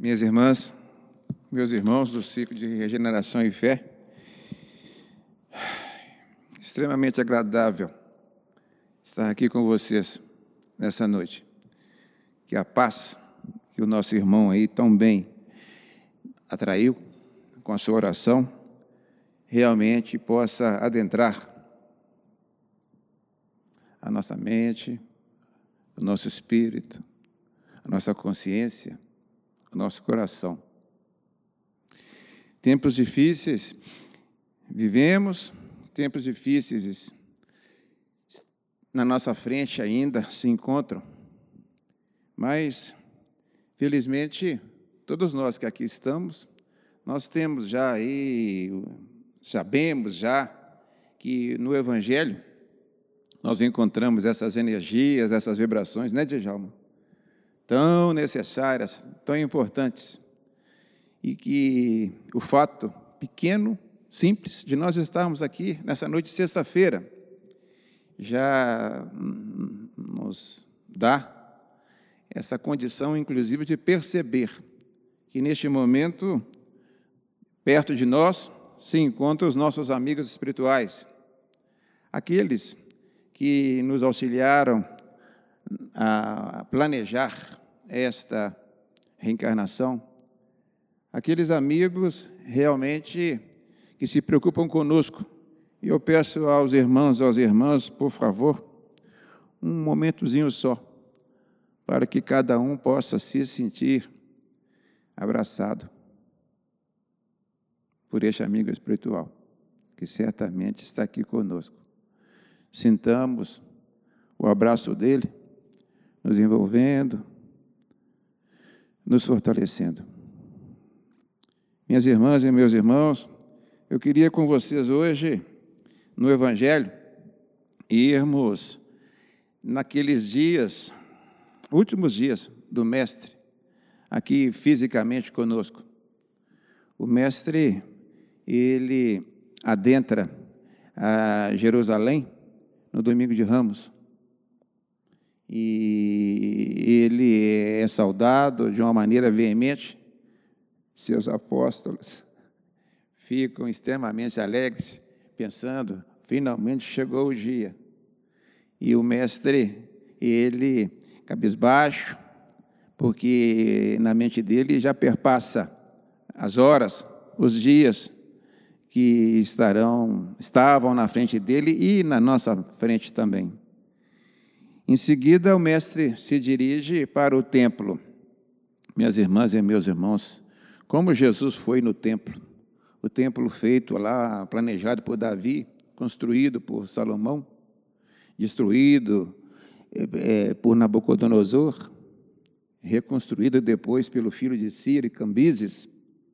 Minhas irmãs, meus irmãos do ciclo de regeneração e fé, extremamente agradável estar aqui com vocês nessa noite. Que a paz que o nosso irmão aí tão bem atraiu com a sua oração, realmente possa adentrar a nossa mente, o nosso espírito, a nossa consciência, o nosso coração. Tempos difíceis vivemos, tempos difíceis na nossa frente ainda se encontram, mas, felizmente, todos nós que aqui estamos, nós temos já aí, sabemos já que no Evangelho nós encontramos essas energias, essas vibrações, né, Djalma? Tão necessárias, tão importantes, e que o fato pequeno, simples, de nós estarmos aqui nessa noite de sexta-feira, já nos dá essa condição, inclusive, de perceber que, neste momento, perto de nós, se encontram os nossos amigos espirituais, aqueles que nos auxiliaram a planejar esta reencarnação, aqueles amigos realmente que se preocupam conosco. E eu peço aos irmãos e às irmãs, por favor, um momentozinho só, para que cada um possa se sentir abraçado por este amigo espiritual, que certamente está aqui conosco. Sintamos o abraço dele, nos envolvendo, nos fortalecendo. Minhas irmãs e meus irmãos, eu queria com vocês hoje, no Evangelho, irmos naqueles dias, últimos dias do Mestre, aqui fisicamente conosco. O Mestre, ele adentra a Jerusalém no domingo de Ramos, e ele é saudado de uma maneira veemente. Seus apóstolos ficam extremamente alegres, pensando, finalmente chegou o dia. E o Mestre, ele, cabisbaixo, porque na mente dele já perpassa as horas, os dias que estavam na frente dele e na nossa frente também. Em seguida, o Mestre se dirige para o templo. Minhas irmãs e meus irmãos, como Jesus foi no templo, o templo feito lá, planejado por Davi, construído por Salomão, destruído por Nabucodonosor, reconstruído depois pelo filho de Ciro e Cambises,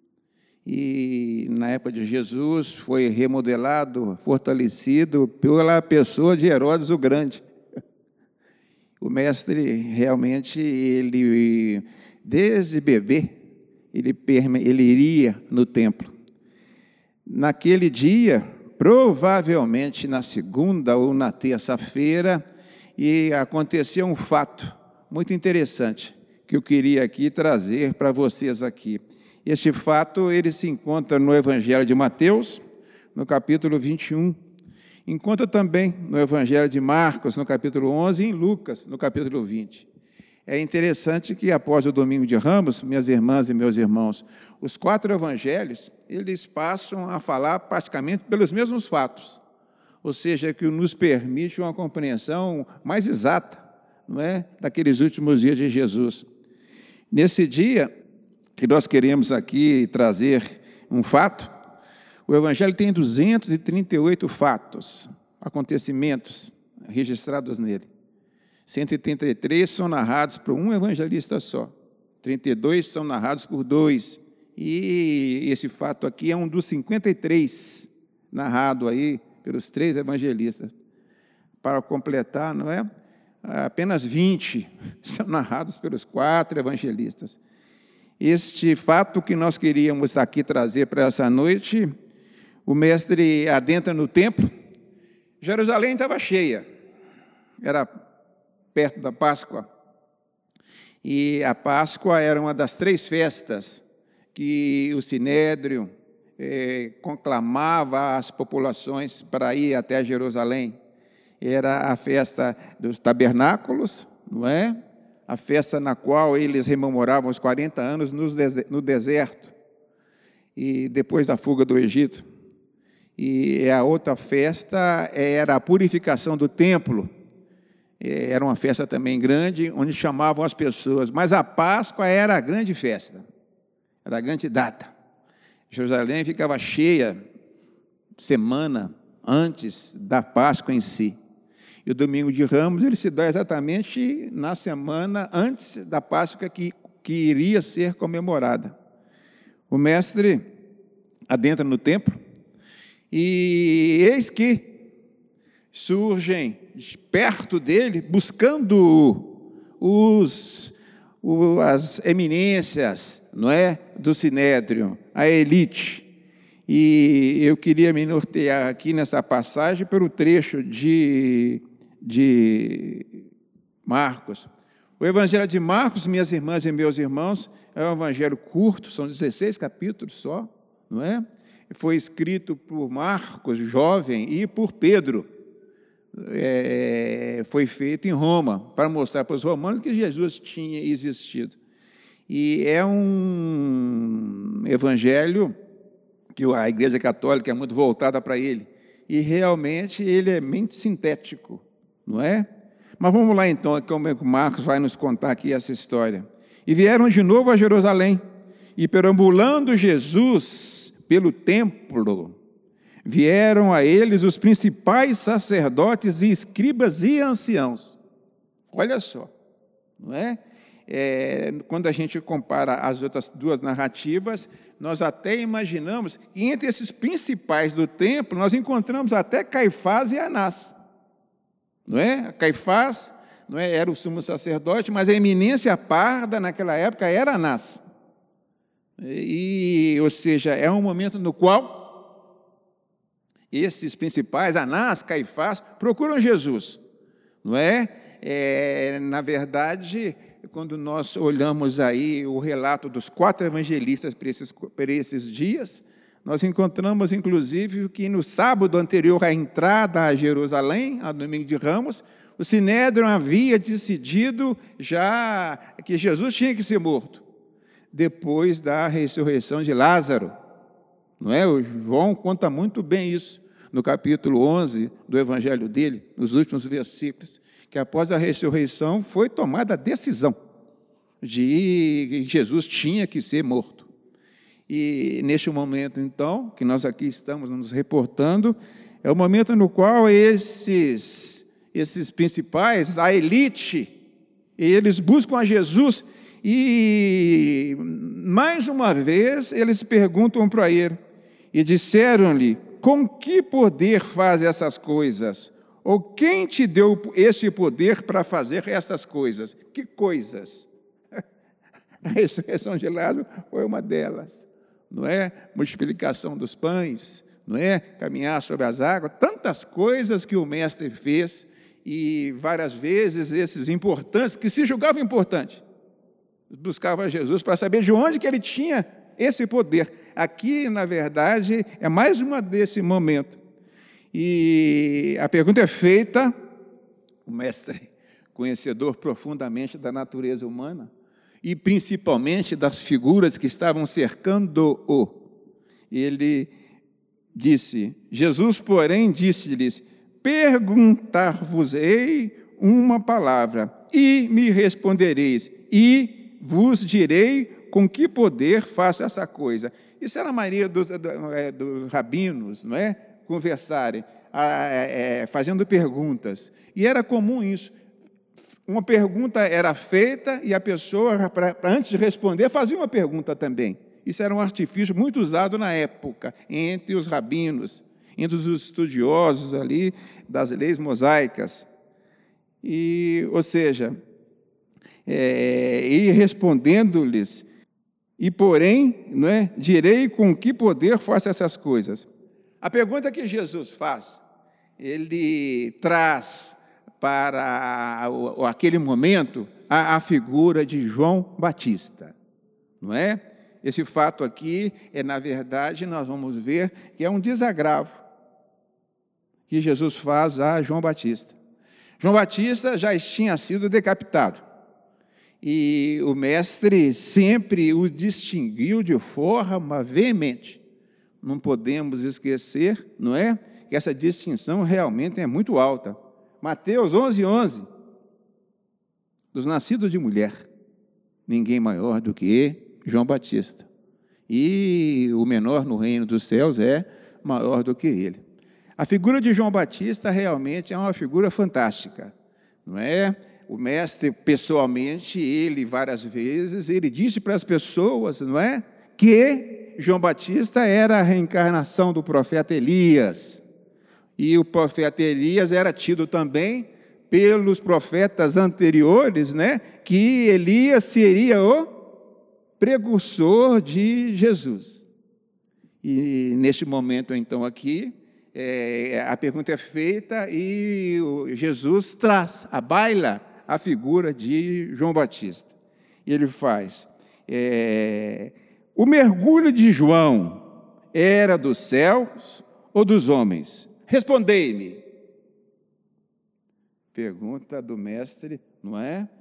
e na época de Jesus foi remodelado, fortalecido pela pessoa de Herodes o Grande. O Mestre realmente, ele desde bebê, ele iria no templo. Naquele dia, provavelmente na segunda ou na terça-feira, e aconteceu um fato muito interessante, que eu queria aqui trazer para vocês aqui. Este fato, ele se encontra no Evangelho de Mateus, no capítulo 21, encontra também no Evangelho de Marcos, no capítulo 11, e em Lucas, no capítulo 20. É interessante que, após o Domingo de Ramos, minhas irmãs e meus irmãos, os 4 evangelhos, eles passam a falar praticamente pelos mesmos fatos, ou seja, que nos permite uma compreensão mais exata, não é, daqueles últimos dias de Jesus. Nesse dia, que nós queremos aqui trazer um fato, o Evangelho tem 238 fatos, acontecimentos registrados nele. 133 são narrados por um evangelista só, 32 são narrados por 2, e esse fato aqui é um dos 53 narrado aí pelos 3 evangelistas. Para completar, não é? Apenas 20 são narrados pelos 4 evangelistas. Este fato que nós queríamos aqui trazer para essa noite, o Mestre adentra no templo. Jerusalém estava cheia, era perto da Páscoa, E a Páscoa era uma das 3 festas que o Sinédrio conclamava as populações para ir até Jerusalém. Era a festa dos tabernáculos, não é? A festa na qual eles rememoravam os 40 anos no deserto, e depois da fuga do Egito. E a outra festa era a purificação do templo. Era uma festa também grande, onde chamavam as pessoas. Mas a Páscoa era a grande festa, era a grande data. Jerusalém ficava cheia semana antes da Páscoa em si. E o Domingo de Ramos, ele se dá exatamente na semana antes da Páscoa que iria ser comemorada. O mestre adentra no templo, e eis que surgem perto dele, buscando as eminências, não é, do Sinédrio, a elite. E eu queria me nortear aqui nessa passagem pelo trecho de Marcos. O Evangelho de Marcos, minhas irmãs e meus irmãos, é um evangelho curto, são 16 capítulos só, não é? Foi escrito por Marcos, jovem, e por Pedro. Foi feito em Roma, para mostrar para os romanos que Jesus tinha existido. E é um evangelho que a Igreja Católica é muito voltada para ele. E realmente ele é mente sintético, não é? Mas vamos lá então, como é que Marcos vai nos contar aqui essa história. E vieram de novo a Jerusalém, e perambulando Jesus pelo templo, vieram a eles os principais sacerdotes e escribas e anciãos. Olha só, não é? Quando a gente compara as outras 2 narrativas, nós até imaginamos que entre esses principais do templo, nós encontramos até Caifás e Anás. Não é? Caifás, não é, era o sumo sacerdote, mas a eminência parda naquela época era Anás. Ou seja, é um momento no qual esses principais, Anás, Caifás, procuram Jesus, não é? Na verdade, quando nós olhamos aí o relato dos 4 evangelistas para esses dias, nós encontramos, inclusive, que no sábado anterior à entrada a Jerusalém, ao Domingo de Ramos, o Sinédrio havia decidido já que Jesus tinha que ser morto, depois da ressurreição de Lázaro. Não é? O João conta muito bem isso, no capítulo 11 do evangelho dele, nos últimos versículos, que após a ressurreição foi tomada a decisão de que Jesus tinha que ser morto. E neste momento, então, que nós aqui estamos nos reportando, é o momento no qual esses principais, a elite, eles buscam a Jesus e, mais uma vez, eles perguntam para ele e disseram-lhe: com que poder faz essas coisas? Ou quem te deu esse poder para fazer essas coisas? Que coisas? A ressurreição de Lázaro foi uma delas, não é? Multiplicação dos pães, não é? Caminhar sobre as águas, tantas coisas que o mestre fez, e várias vezes esses importantes, que se julgavam importantes, buscavam Jesus para saber de onde que ele tinha esse poder. Aqui, na verdade, é mais uma desse momento. E a pergunta é feita, o mestre, conhecedor profundamente da natureza humana, e principalmente das figuras que estavam cercando-o. Ele disse, Jesus, porém, disse-lhes: perguntar-vos-ei uma palavra, e me respondereis, e vos direi com que poder faço essa coisa. Isso era a maneira dos rabinos, não é? Conversarem, fazendo perguntas. E era comum isso. Uma pergunta era feita e a pessoa, antes de responder, fazia uma pergunta também. Isso era um artifício muito usado na época, entre os rabinos, entre os estudiosos ali das leis mosaicas. Ou seja, e respondendo-lhes, e porém, não é, direi com que poder faço essas coisas. A pergunta que Jesus faz, ele traz para aquele momento a figura de João Batista, não é? Esse fato aqui na verdade, nós vamos ver que é um desagravo que Jesus faz a João Batista. João Batista já tinha sido decapitado, e o mestre sempre o distinguiu de forma veemente. Não podemos esquecer, não é? Que essa distinção realmente é muito alta. Mateus 11:11, dos nascidos de mulher, ninguém maior do que João Batista. E o menor no reino dos céus é maior do que ele. A figura de João Batista realmente é uma figura fantástica, não é? O mestre, pessoalmente, ele várias vezes, ele disse para as pessoas, não é? Que João Batista era a reencarnação do profeta Elias. E o profeta Elias era tido também pelos profetas anteriores, né? Que Elias seria o precursor de Jesus. E neste momento, então, aqui, a pergunta é feita e Jesus traz à baila a figura de João Batista. E ele faz: o mergulho de João era dos céus ou dos homens? Respondei-me. Pergunta do mestre, não é?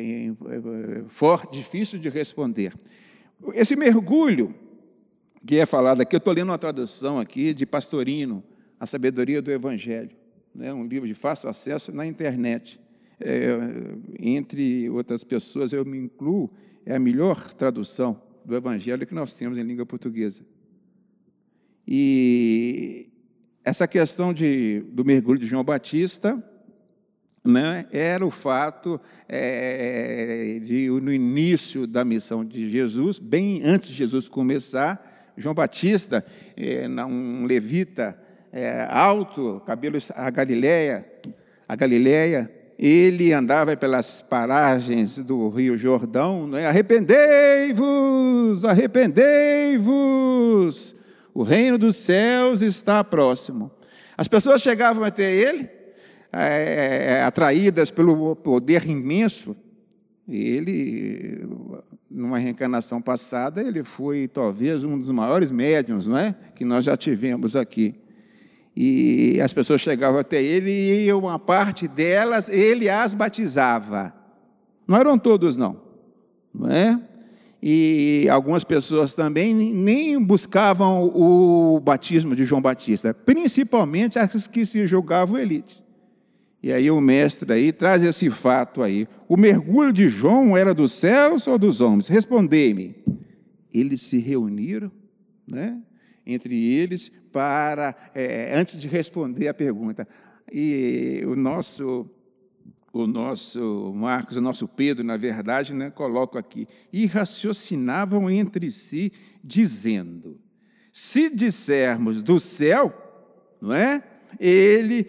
Difícil de responder. Esse mergulho que é falado aqui, eu estou lendo uma tradução aqui de Pastorino, A Sabedoria do Evangelho, né? Um livro de fácil acesso na internet. Entre outras pessoas, eu me incluo, é a melhor tradução do Evangelho que nós temos em língua portuguesa. E essa questão do mergulho de João Batista, né, era o fato no início da missão de Jesus, bem antes de Jesus começar, João Batista, um levita alto, cabelos a Galileia, ele andava pelas paragens do Rio Jordão, não é? Arrependei-vos, arrependei-vos, o reino dos céus está próximo. As pessoas chegavam até ele, atraídas pelo poder imenso. Ele, numa reencarnação passada, ele foi talvez um dos maiores médiuns, não é? Que nós já tivemos aqui. E as pessoas chegavam até ele e uma parte delas, ele as batizava. Não eram todos, não é? E algumas pessoas também nem buscavam o batismo de João Batista, principalmente as que se julgavam elites. E aí o mestre aí traz esse fato aí: o mergulho de João era dos céus ou dos homens? Respondei-me. Eles se reuniram, né, entre eles para, antes de responder a pergunta. E o nosso Marcos, o nosso Pedro, na verdade, né, coloca aqui: e raciocinavam entre si, dizendo: se dissermos do céu, não é? Ele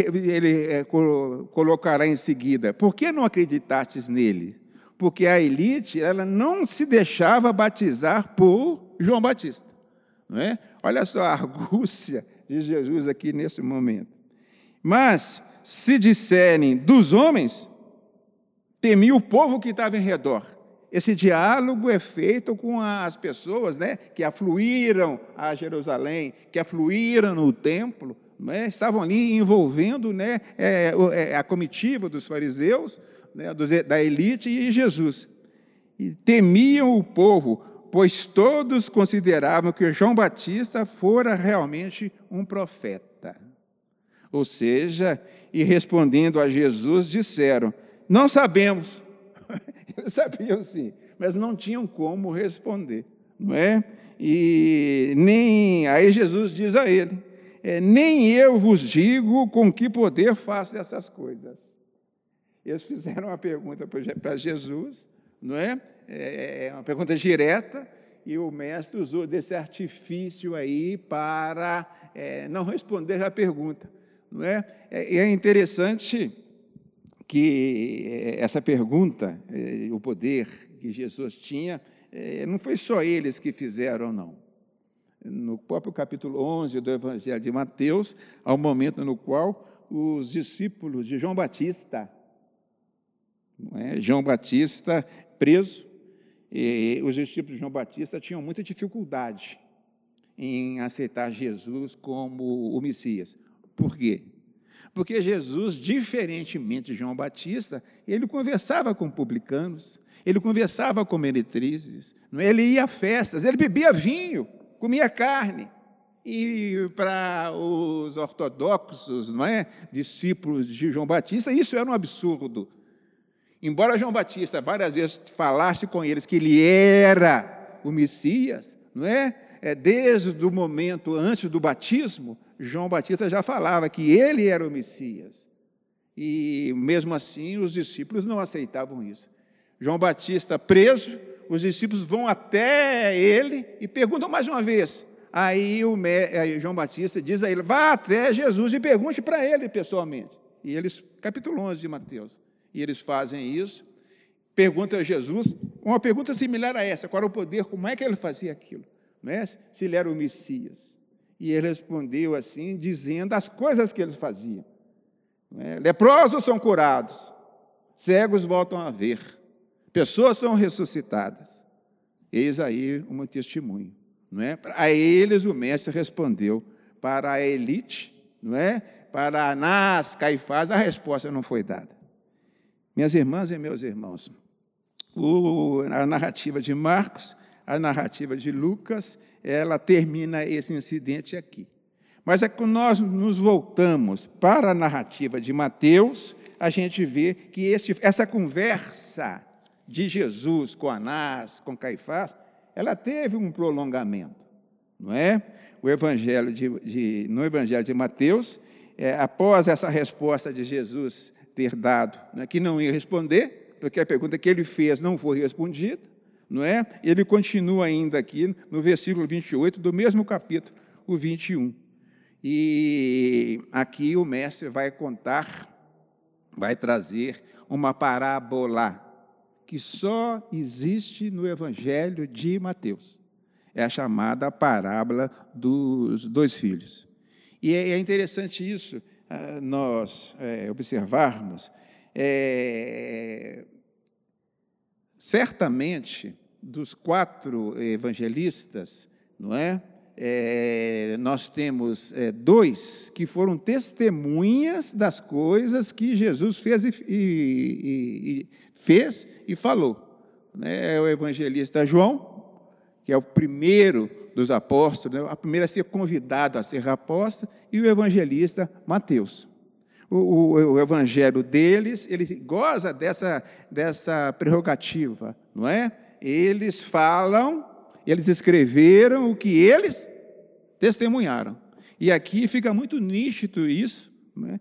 colocará em seguida: por que não acreditastes nele? Porque a elite, ela não se deixava batizar por João Batista, não é? Olha só a argúcia de Jesus aqui nesse momento. Mas, se disserem dos homens, temia o povo que estava em redor. Esse diálogo é feito com as pessoas, né, que afluíram a Jerusalém, que afluíram no templo, né, estavam ali envolvendo, né, a comitiva dos fariseus, né, da elite e Jesus. E temiam o povo, pois todos consideravam que João Batista fora realmente um profeta. Ou seja, e respondendo a Jesus, disseram: não sabemos. Eles sabiam sim, mas não tinham como responder, não é? E nem aí Jesus diz a ele: nem eu vos digo com que poder faço essas coisas. Eles fizeram uma pergunta para Jesus, não é? Uma pergunta direta, e o mestre usou desse artifício aí para não responder a pergunta, não é? E é interessante que essa pergunta, o poder que Jesus tinha, não foi só eles que fizeram, não. No próprio capítulo 11 do Evangelho de Mateus, há um momento no qual os discípulos de João Batista, não é? João Batista preso, e os discípulos de João Batista tinham muita dificuldade em aceitar Jesus como o Messias. Por quê? Porque Jesus, diferentemente de João Batista, ele conversava com publicanos, ele conversava com meretrizes, não é? Ele ia a festas, ele bebia vinho, comia carne. E para os ortodoxos, não é, discípulos de João Batista, isso era um absurdo. Embora João Batista várias vezes falasse com eles que ele era o Messias, não é? Desde o momento antes do batismo, João Batista já falava que ele era o Messias. E mesmo assim, os discípulos não aceitavam isso. João Batista preso, os discípulos vão até ele e perguntam mais uma vez. Aí João Batista diz a ele, vá até Jesus e pergunte para ele pessoalmente. E eles, capítulo 11 de Mateus, e eles fazem isso, perguntam a Jesus, uma pergunta similar a essa, qual era o poder, como é que ele fazia aquilo, né? Se ele era o Messias. E ele respondeu assim, dizendo as coisas que ele fazia. Né? Leprosos são curados, cegos voltam a ver, pessoas são ressuscitadas. Eis aí um testemunho. Não é? A eles o mestre respondeu, para a elite, não é? Para Anás, Caifás, a resposta não foi dada. Minhas irmãs e meus irmãos, a narrativa de Marcos, a narrativa de Lucas, ela termina esse incidente aqui. Mas é que nós nos voltamos para a narrativa de Mateus, a gente vê que essa conversa de Jesus com Anás, com Caifás, ela teve um prolongamento, não é? No Evangelho de Mateus, após essa resposta de Jesus ter dado, né, que não ia responder, porque a pergunta que ele fez não foi respondida, não é? Ele continua ainda aqui no versículo 28 do mesmo capítulo, o 21. E aqui o mestre vai trazer uma parábola que só existe no Evangelho de Mateus. É a chamada parábola dos dois filhos. E é interessante isso, nós observarmos. Certamente, dos 4 evangelistas, não é? Nós temos 2 que foram testemunhas das coisas que Jesus fez e falou. É o evangelista João, que é o primeiro dos apóstolos, né? O primeiro a ser convidado a ser apóstolo, e o evangelista Mateus. O evangelho deles, ele goza dessa prerrogativa, não é? Eles falam, eles escreveram o que eles testemunharam. E aqui fica muito nítido isso, né,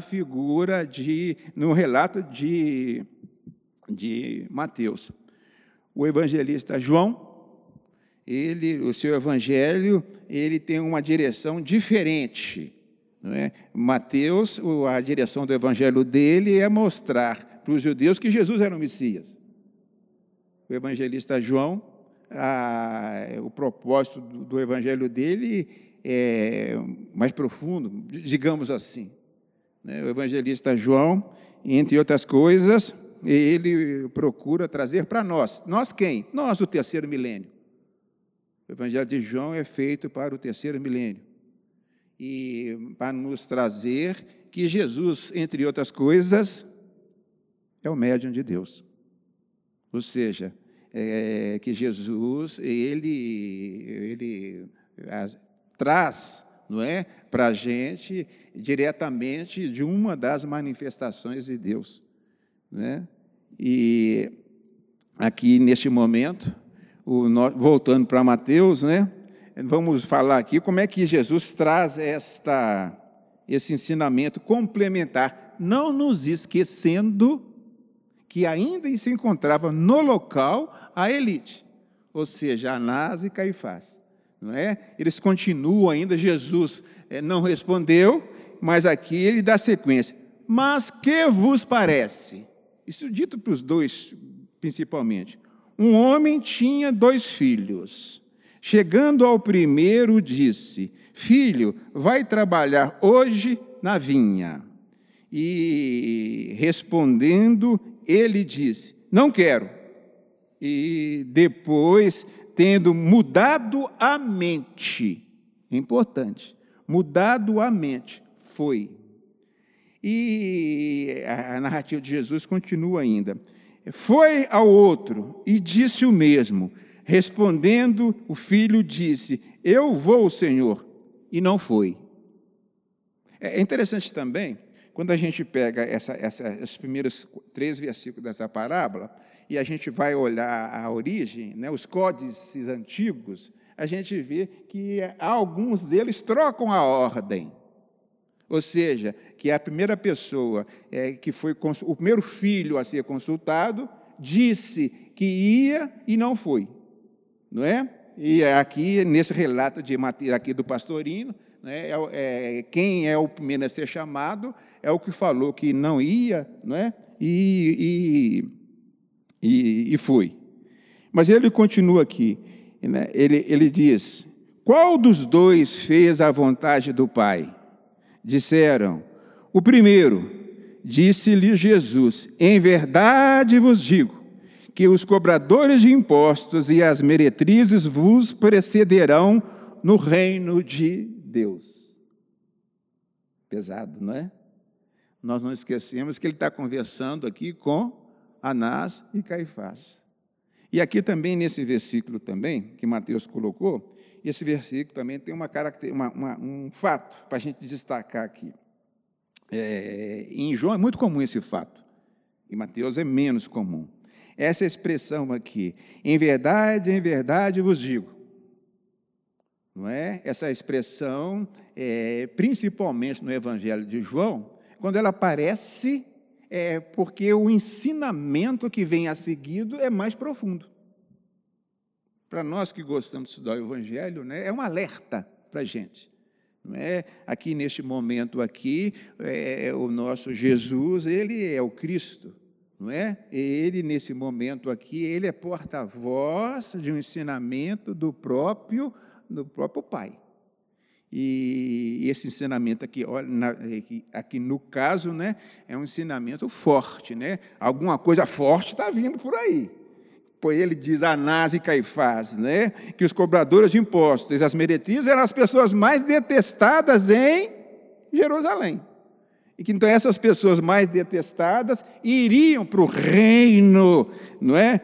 no relato de Mateus. O evangelista João, o seu evangelho, ele tem uma direção diferente. Não é? Mateus, a direção do evangelho dele é mostrar para os judeus que Jesus era o Messias. O evangelista João, o propósito do evangelho dele é mais profundo, digamos assim. O evangelista João, entre outras coisas, ele procura trazer para nós. Nós quem? Nós do terceiro milênio. O evangelho de João é feito para o terceiro milênio. E para nos trazer que Jesus, entre outras coisas, é o médium de Deus. Ou seja, que Jesus, ele traz, não é, para a gente diretamente de uma das manifestações de Deus. Né? E aqui, neste momento, voltando para Mateus, né, vamos falar aqui como é que Jesus traz esse ensinamento complementar, não nos esquecendo que ainda se encontrava no local a elite, ou seja, Anás e Caifás. Não é? Eles continuam ainda, Jesus não respondeu, mas aqui ele dá sequência. Mas que vos parece? Isso dito para os dois, principalmente. Um homem tinha 2 filhos. Chegando ao primeiro, disse: Filho, vai trabalhar hoje na vinha. E respondendo, ele disse: não quero. E depois, tendo mudado a mente, importante, mudado a mente, foi. E a narrativa de Jesus continua ainda. Foi ao outro e disse o mesmo. Respondendo, o filho disse: eu vou, Senhor. E não foi. É interessante também, quando a gente pega esses primeiros 3 versículos dessa parábola, e a gente vai olhar a origem, né, os códices antigos, a gente vê que alguns deles trocam a ordem. Ou seja, que a primeira pessoa, que foi o primeiro filho a ser consultado, disse que ia e não foi. Não é? E aqui, nesse relato de Mateus, aqui do pastorino, né, quem é o primeiro a ser chamado é o que falou que não ia, não é? E foi. Mas ele continua aqui, né? Ele diz: qual dos dois fez a vontade do Pai? Disseram: o primeiro. Disse-lhe Jesus: em verdade vos digo, que os cobradores de impostos e as meretrizes vos precederão no reino de Deus. Pesado, não é? Nós não esquecemos que ele está conversando aqui com Anás e Caifás. E aqui também, nesse versículo também, que Mateus colocou, esse versículo também tem um fato para a gente destacar aqui. Em João é muito comum esse fato, em Mateus é menos comum. Essa expressão aqui: em verdade vos digo. Não é? Essa expressão, principalmente no Evangelho de João, quando ela aparece, é porque o ensinamento que vem a seguido é mais profundo. Para nós que gostamos de estudar o Evangelho, né, é um alerta para a gente. Não é? Aqui, neste momento aqui, o nosso Jesus, ele é o Cristo. Não é? Ele, nesse momento aqui, ele é porta-voz de um ensinamento do próprio Pai. E esse ensinamento aqui, aqui no caso, né, é um ensinamento forte, né? Alguma coisa forte está vindo por aí. Pois ele diz a Anás e Caifás, né, que os cobradores de impostos e as meretrizes eram as pessoas mais detestadas em Jerusalém. E que então essas pessoas mais detestadas iriam para o reino, não é?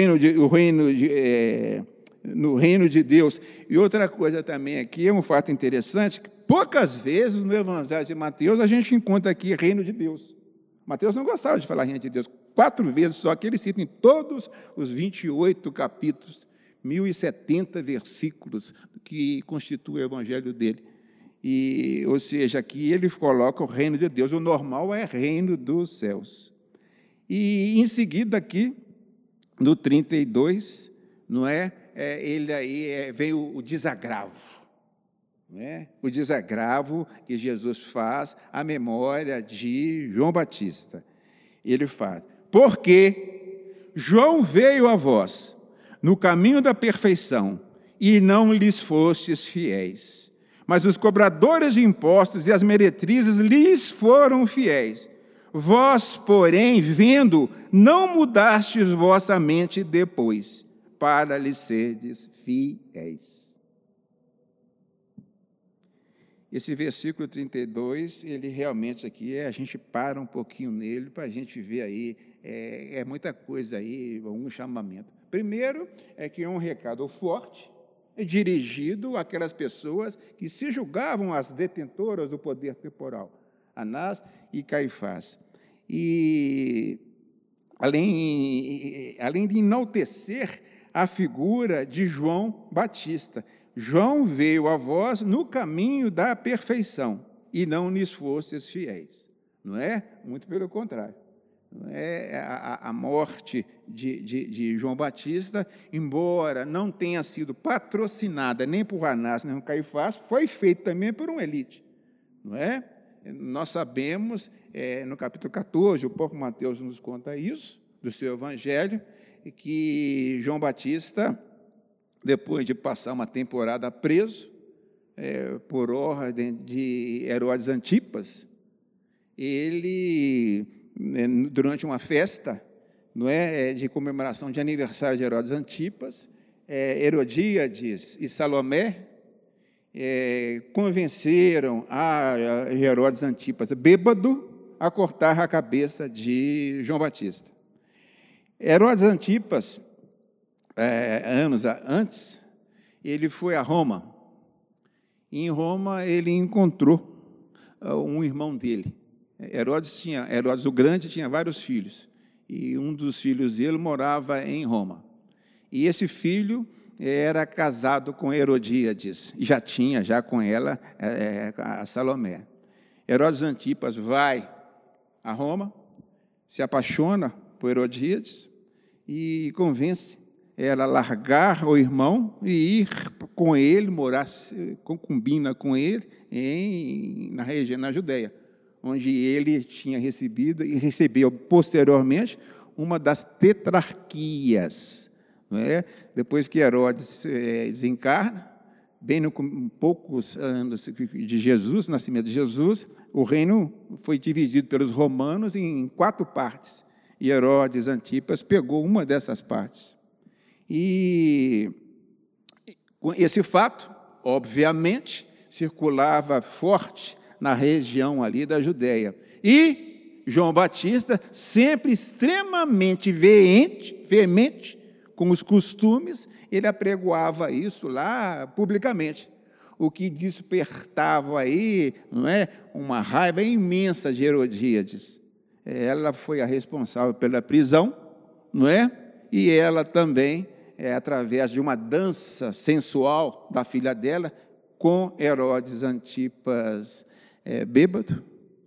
No reino de Deus. E outra coisa também aqui, é um fato interessante, que poucas vezes no Evangelho de Mateus a gente encontra aqui reino de Deus. Mateus não gostava de falar reino de Deus, 4 vezes só que ele cita em todos os 28 capítulos, 1070 versículos que constituem o Evangelho dele. Ou seja, aqui ele coloca o reino de Deus, o normal é reino dos céus. E em seguida aqui, no 32, não é? Vem o desagravo. Não é? O desagravo que Jesus faz à memória de João Batista. Ele fala: porque João veio a vós no caminho da perfeição e não lhes fostes fiéis. Mas os cobradores de impostos e as meretrizes lhes foram fiéis. Vós, porém, vendo, não mudastes vossa mente depois, para lhes serdes fiéis. Esse versículo 32, ele realmente aqui, a gente para um pouquinho nele, para a gente ver aí, é muita coisa aí, um chamamento. Primeiro, é que é um recado forte, dirigido àquelas pessoas que se julgavam as detentoras do poder temporal, Anás e Caifás. E, além de enaltecer a figura de João Batista, João veio a vós no caminho da perfeição, e não lhes fostes fiéis. Não é? Muito pelo contrário. A morte de João Batista, embora não tenha sido patrocinada nem por Anás, nem por Caifás, foi feita também por uma elite. Não é? Nós sabemos, no capítulo 14, o próprio Mateus nos conta isso, do seu evangelho, que João Batista, depois de passar uma temporada preso, por ordem de Herodes Antipas, ele, durante uma festa, não é, de comemoração de aniversário de Herodes Antipas, Herodíades e Salomé convenceram a Herodes Antipas, bêbado, a cortar a cabeça de João Batista. Herodes Antipas, anos antes, ele foi a Roma. E em Roma ele encontrou um irmão dele. Herodes o Grande tinha vários filhos, e um dos filhos dele morava em Roma. E esse filho era casado com Herodíades, e já tinha com ela a Salomé. Herodes Antipas vai a Roma, se apaixona por Herodíades e convence ela a largar o irmão e ir com ele, morar, concubina com ele, na região, na Judéia, onde ele tinha recebido e recebeu posteriormente uma das tetrarquias. Não é? Depois que Herodes desencarna, bem no poucos anos de Jesus, nascimento de Jesus, o reino foi dividido pelos romanos em 4 partes, e Herodes Antipas pegou uma dessas partes. E esse fato, obviamente, circulava forte na região ali da Judéia. E João Batista, sempre extremamente veemente com os costumes, ele apregoava isso lá publicamente, o que despertava aí, não é, uma raiva imensa de Herodíades. Ela foi a responsável pela prisão, não é? E ela também, através de uma dança sensual da filha dela, com Herodes Antipas bêbado,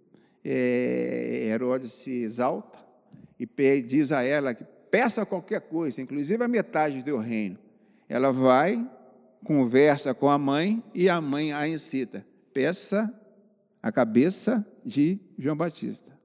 Herodes se exalta e diz a ela que peça qualquer coisa, inclusive a metade do reino. Ela vai, conversa com a mãe, e a mãe a incita: peça a cabeça de João Batista.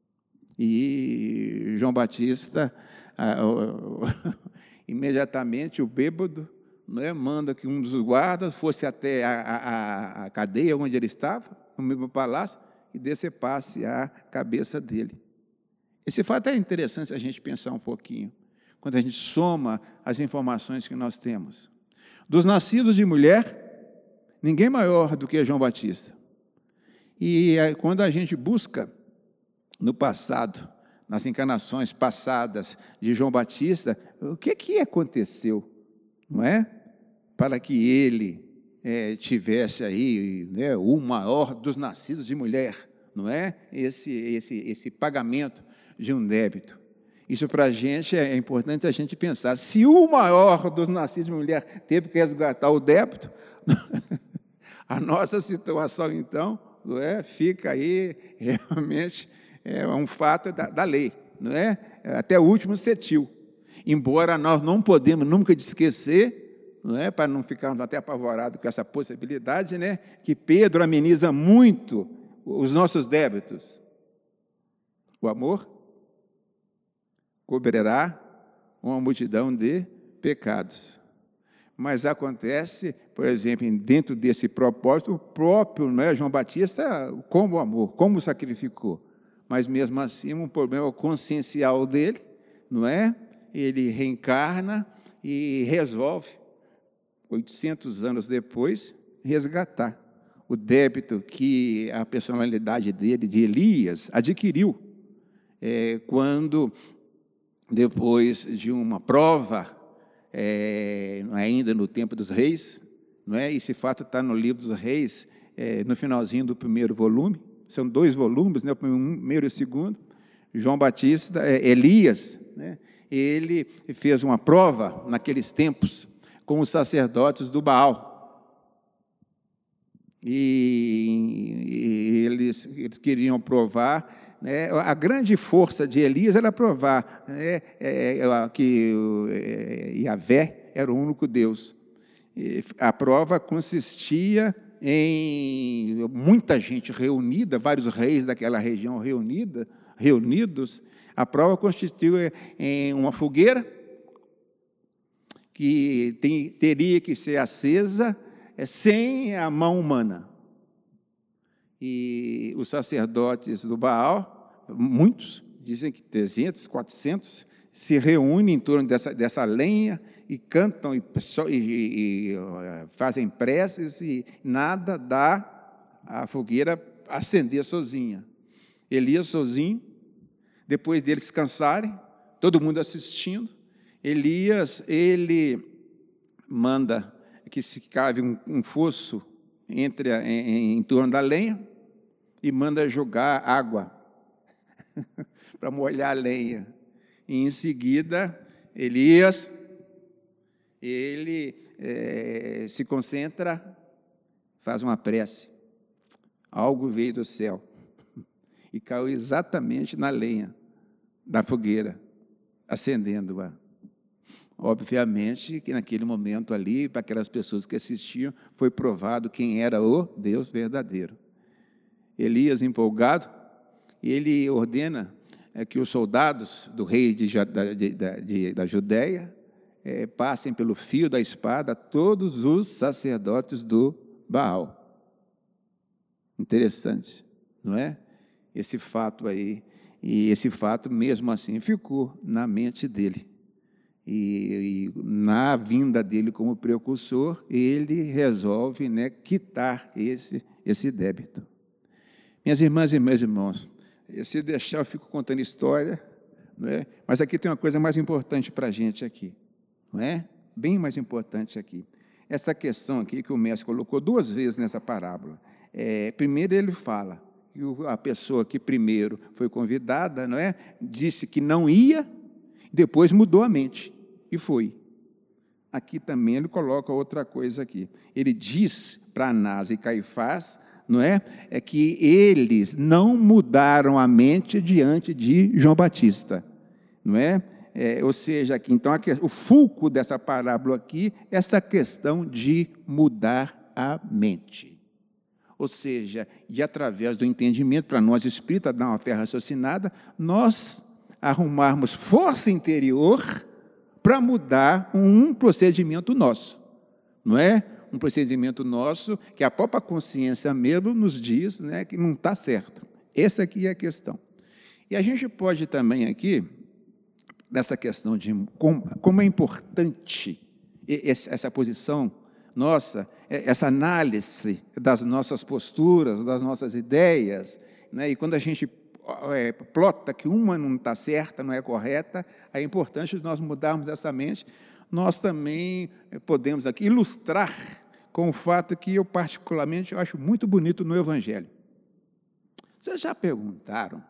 E João Batista, imediatamente, o bêbado, manda que um dos guardas fosse até a cadeia onde ele estava, no mesmo palácio, e decepasse a cabeça dele. Esse fato é interessante a gente pensar um pouquinho, quando a gente soma as informações que nós temos. Dos nascidos de mulher, ninguém maior do que João Batista. E quando a gente busca no passado, nas encarnações passadas de João Batista, o que aconteceu, não é? Para que ele tivesse aí, né, o maior dos nascidos de mulher, não é? Esse pagamento de um débito. Isso para a gente é importante a gente pensar. Se o maior dos nascidos de mulher teve que resgatar o débito, a nossa situação, então, não é? Fica aí realmente um fato da lei, não é? Até o último cetil. Embora nós não podemos nunca esquecer, não é? Para não ficarmos até apavorados com essa possibilidade, né? Que Pedro ameniza muito os nossos débitos. O amor cobrirá uma multidão de pecados. Mas acontece, por exemplo, dentro desse propósito, o próprio, não é, João Batista, como amor, como sacrificou. Mas mesmo assim, um problema consciencial dele, não é? Ele reencarna e resolve, 800 anos depois, resgatar o débito que a personalidade dele, de Elias, adquiriu quando, depois de uma prova, ainda no tempo dos reis, não é? Esse fato está no livro dos reis, no finalzinho do 1º volume, são 2 volumes, né? O 1º e o 2º. João Batista, Elias, né? Ele fez uma prova naqueles tempos com os sacerdotes do Baal. E eles queriam provar, né? A grande força de Elias era provar, né? Que Yahvé era o único Deus. E a prova consistia em muita gente reunida, vários reis daquela região reunidos. A prova consistiu em uma fogueira que teria que ser acesa sem a mão humana. E os sacerdotes do Baal, muitos, dizem que 300, 400, se reúnem em torno dessa lenha e cantam e fazem preces, e nada dá a fogueira acender sozinha. Elias sozinho, depois deles cansarem, todo mundo assistindo, Elias, ele manda que se cave um fosso em torno da lenha e manda jogar água para molhar a lenha. E em seguida, Elias, ele se concentra, faz uma prece. Algo veio do céu e caiu exatamente na lenha da fogueira, acendendo-a. Obviamente que naquele momento ali, para aquelas pessoas que assistiam, foi provado quem era o Deus verdadeiro. Elias, empolgado, ele ordena que os soldados do rei da Judéia passem pelo fio da espada todos os sacerdotes do Baal. Interessante, não é? Esse fato aí, e esse fato mesmo assim ficou na mente dele. E na vinda dele como precursor, ele resolve, quitar esse débito. Minhas irmãs e meus irmãos, se deixar eu fico contando história, não é? Mas aqui tem uma coisa mais importante para a gente aqui, não é? Bem mais importante aqui. Essa questão aqui que o mestre colocou 2 vezes nessa parábola. Primeiro ele fala que a pessoa que primeiro foi convidada, não é? Disse que não ia, depois mudou a mente e foi. Aqui também ele coloca outra coisa aqui. Ele diz para Anás e Caifás, não é? Que eles não mudaram a mente diante de João Batista, não é? Ou seja, aqui, então, o fulcro dessa parábola aqui é essa questão de mudar a mente. Ou seja, e através do entendimento, para nós espíritas, dar uma fé raciocinada, nós arrumarmos força interior para mudar um procedimento nosso, não é? Um procedimento nosso que a própria consciência mesmo nos diz, né, que não está certo. Essa aqui é a questão. E a gente pode também aqui, nessa questão de como é importante essa posição nossa, essa análise das nossas posturas, das nossas ideias, né, e quando a gente plota que uma não está certa, não é correta, é importante nós mudarmos essa mente. Nós também podemos aqui ilustrar com o fato que eu particularmente acho muito bonito no Evangelho. Vocês já perguntaram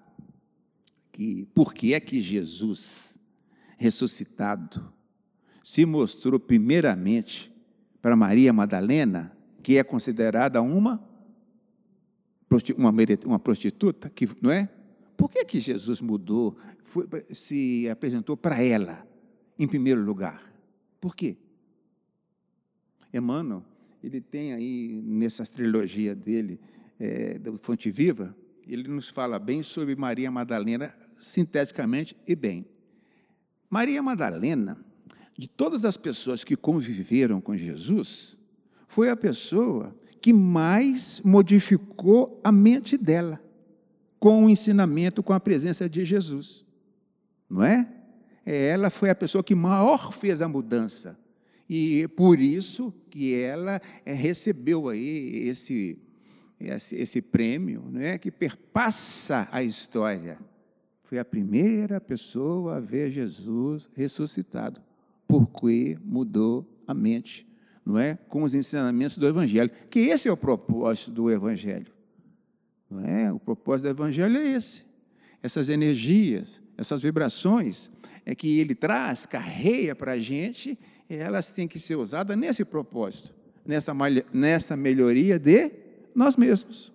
por que é que Jesus, ressuscitado, se mostrou primeiramente para Maria Madalena, que é considerada uma prostituta, não é? Por que Jesus mudou, se apresentou para ela, em primeiro lugar? Por quê? Emmanuel, ele tem aí, nessa trilogia dele, do Fonte Viva, ele nos fala bem sobre Maria Madalena, sinteticamente e bem. Maria Madalena, de todas as pessoas que conviveram com Jesus, foi a pessoa que mais modificou a mente dela, com o ensinamento, com a presença de Jesus, não é? Ela foi a pessoa que maior fez a mudança, e por isso que ela recebeu aí esse prêmio, não é? Que perpassa a história. Foi a primeira pessoa a ver Jesus ressuscitado, porque mudou a mente, não é? Com os ensinamentos do Evangelho, que esse é o propósito do Evangelho. Não é? O propósito do Evangelho é esse. Essas energias, essas vibrações que ele traz, carrega para a gente, elas têm que ser usadas nesse propósito, nessa melhoria de nós mesmos.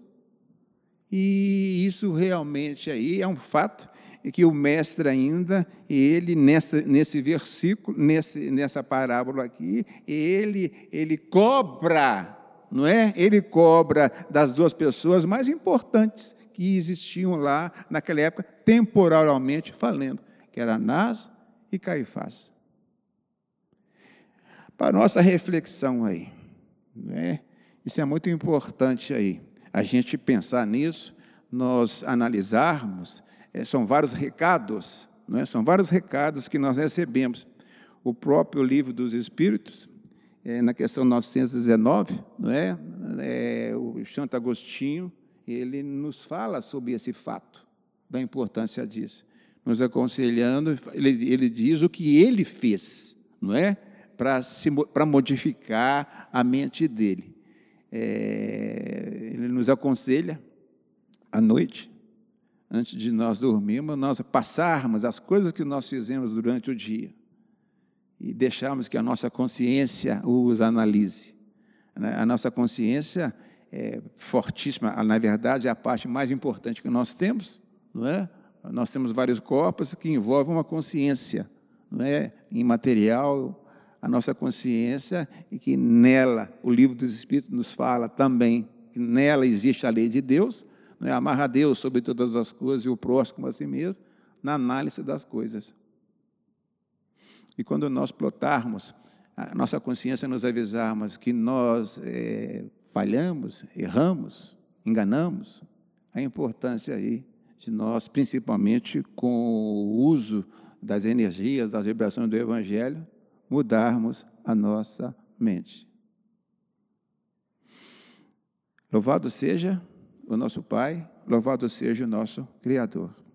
E isso realmente aí é um fato que o mestre ainda, ele nesse versículo, nessa parábola aqui, ele cobra, não é? Ele cobra das 2 pessoas mais importantes que existiam lá naquela época, temporalmente falando, que era Anás e Caifás. Para nossa reflexão aí, não é? Isso é muito importante aí. a gente pensar nisso, nós analisarmos, são vários recados, não é? São vários recados que nós recebemos. O próprio Livro dos Espíritos, na questão 919, não é? O Santo Agostinho, ele nos fala sobre esse fato, da importância disso, nos aconselhando, ele diz o que ele fez, não é? Para modificar a mente dele. Ele nos aconselha, à noite, antes de nós dormirmos, nós passarmos as coisas que nós fizemos durante o dia e deixarmos que a nossa consciência os analise. A nossa consciência é fortíssima, na verdade, é a parte mais importante que nós temos, não é? Nós temos vários corpos que envolvem uma consciência, não é? Imaterial, a nossa consciência, e que nela, o Livro dos Espíritos nos fala também, que nela existe a lei de Deus, não é? Amarra a Deus sobre todas as coisas e o próximo a si mesmo, na análise das coisas. E quando nós plotarmos, a nossa consciência nos avisarmos que nós falhamos, erramos, enganamos, a importância aí de nós, principalmente com o uso das energias, das vibrações do Evangelho, mudarmos a nossa mente. Louvado seja o nosso Pai, louvado seja o nosso Criador.